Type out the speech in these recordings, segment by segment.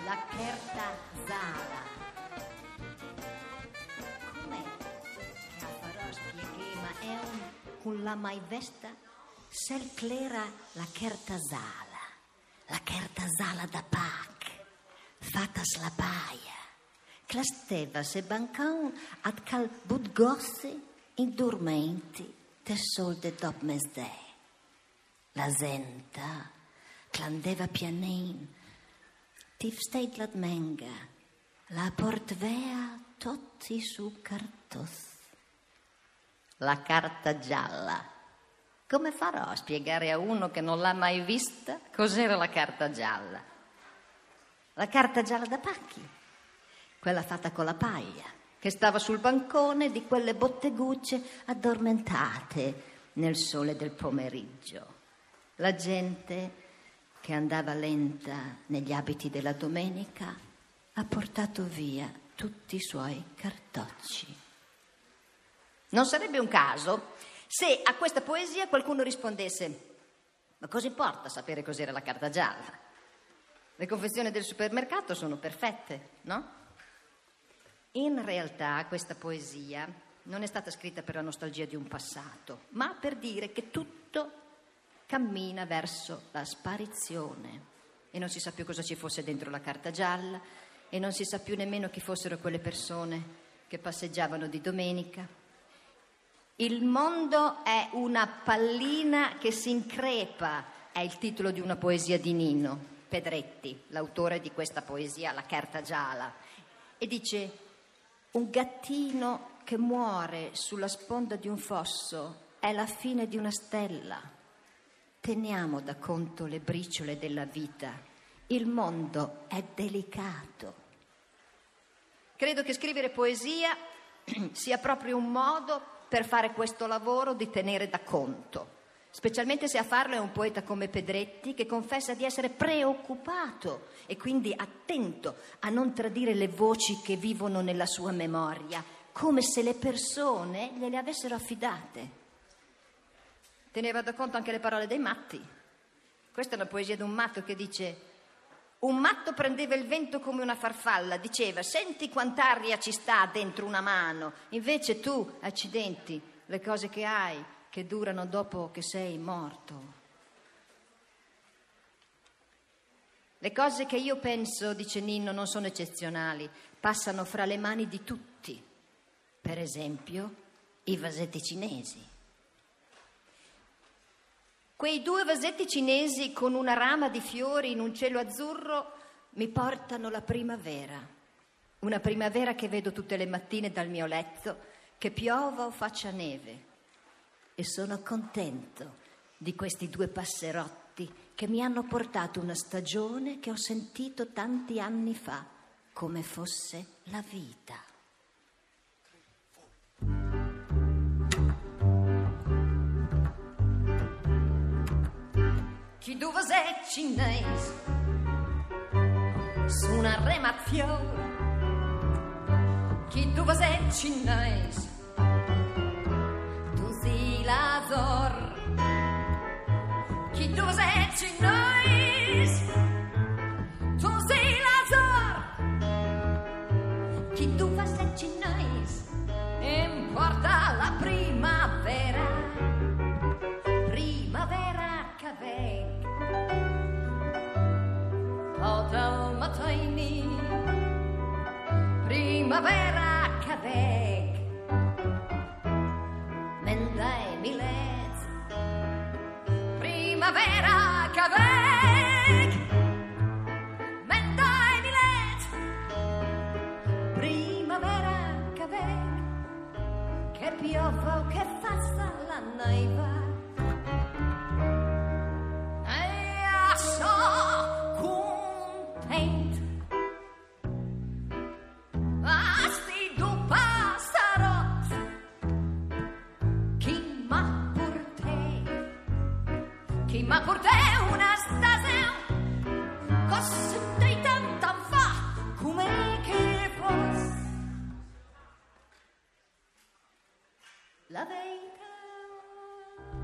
La carta Zala. Com'è che a farò spiegare, ma è un con la mai vesta? Sel clera la carta Zala. La carta Zala da Pac. Fatta slapaia. Clasteva se bancon ad cal budgosse in dormenti te sol de dop mesdè. La zenta clandeva pianin, tiv steit lat menga, la portvea totti su cartos. La carta gialla. Come farò a spiegare a uno che non l'ha mai vista cos'era la carta gialla? La carta gialla da Pacchi, quella fatta con la paglia, che stava sul bancone di quelle bottegucce addormentate nel sole del pomeriggio. La gente che andava lenta negli abiti della domenica ha portato via tutti i suoi cartocci. Non sarebbe un caso se a questa poesia qualcuno rispondesse: ma cosa importa sapere cos'era la carta gialla? Le confezioni del supermercato sono perfette, no? In realtà questa poesia non è stata scritta per la nostalgia di un passato, ma per dire che tutto cammina verso la sparizione e non si sa più cosa ci fosse dentro la carta gialla e non si sa più nemmeno chi fossero quelle persone che passeggiavano di domenica. Il mondo è una pallina che si increpa, è il titolo di una poesia di Nino Pedretti, l'autore di questa poesia, La carta gialla, e dice: un gattino che muore sulla sponda di un fosso è la fine di una stella. Teniamo da conto le briciole della vita. Il mondo è delicato. Credo che scrivere poesia sia proprio un modo per fare questo lavoro di tenere da conto, specialmente se a farlo è un poeta come Pedretti, che confessa di essere preoccupato e quindi attento a non tradire le voci che vivono nella sua memoria, come se le persone gliele avessero affidate. Teneva da conto anche le parole dei matti. Questa è una poesia di un matto che dice: un matto prendeva il vento come una farfalla, diceva: senti quant'aria ci sta dentro una mano. Invece tu, accidenti, le cose che hai, che durano dopo che sei morto. Le cose che io penso, dice Ninno, non sono eccezionali, passano fra le mani di tutti. Per esempio, i vasetti cinesi. Quei 2 vasetti cinesi con una rama di fiori in un cielo azzurro mi portano la primavera. Una primavera che vedo tutte le mattine dal mio letto, che piova o faccia neve. E sono contento di questi 2 passerotti che mi hanno portato una stagione che ho sentito tanti anni fa, come fosse la vita. Chi 2 vasetti cinesi su una rema di fiori, chi 2 vasetti cinesi tu sei l'azor, chi 2 vasetti cinesi tu sei l'azor, chi 2 vasetti cinesi importa la primavera, primavera che venga total matini, primavera che venga mendai milet, primavera che venga mendai milet, primavera che venga, che piova o che faça la neve. Ma porté una stagione così di tanta fa come che fosse la verità.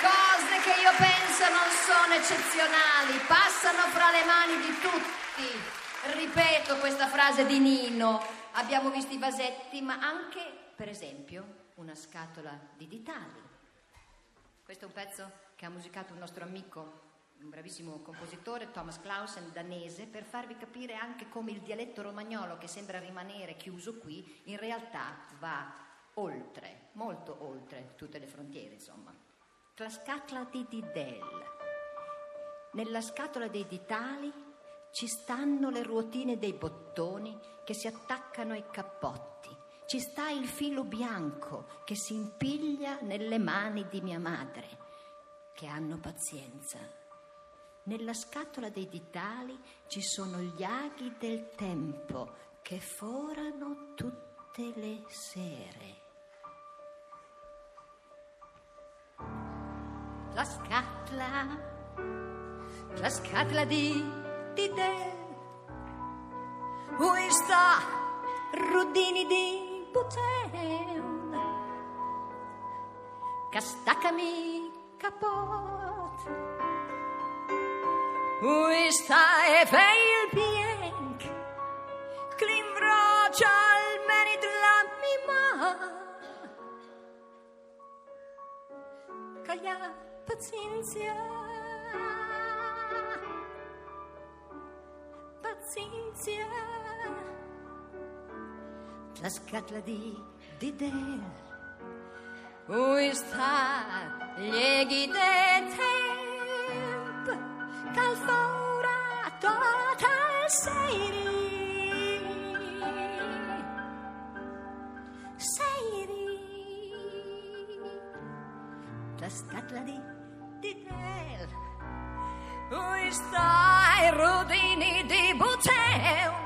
cose che io penso non sono eccezionali, passano fra le mani di tutti. Ripeto questa frase di Nino. Abbiamo visto i vasetti, ma anche, per esempio, una scatola di ditali. Questo è un pezzo che ha musicato un nostro amico, un bravissimo compositore, Thomas Clausen, danese, per farvi capire anche come il dialetto romagnolo, che sembra rimanere chiuso qui, in realtà va oltre, molto oltre tutte le frontiere, insomma. La scatola di Didel. Nella scatola dei ditali ci stanno le ruotine dei bottoni che si attaccano ai cappotti. Ci sta il filo bianco che si impiglia nelle mani di mia madre, che hanno pazienza. Nella scatola dei ditali ci sono gli aghi del tempo che forano tutte le sere. La scatola di Didel, dove sta Rudini di Buteon, che staccami capot, dove sta e veil bianc, clinvrocia al menit la mima, caglia pazienza. La scatola di Didel, dove sta gli de temp, calfora total seiri. La scatola di Didel, dove sta i rudini di Buteon,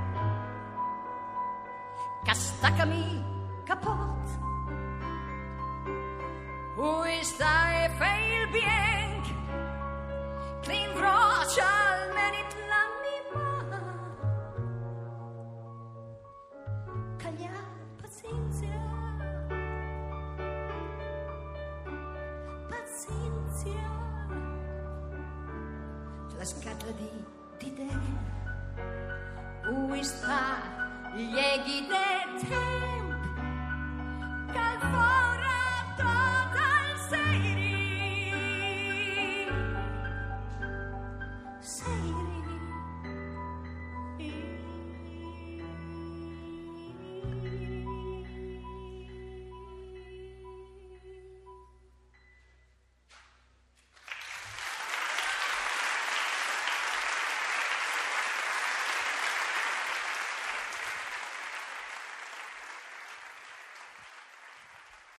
che staccami capot, dove sta e veil bianc, clinvrocia al menit l'anima, caglia pazienza. La scatola di Didel, dove sta gli eghi del tempo, calvo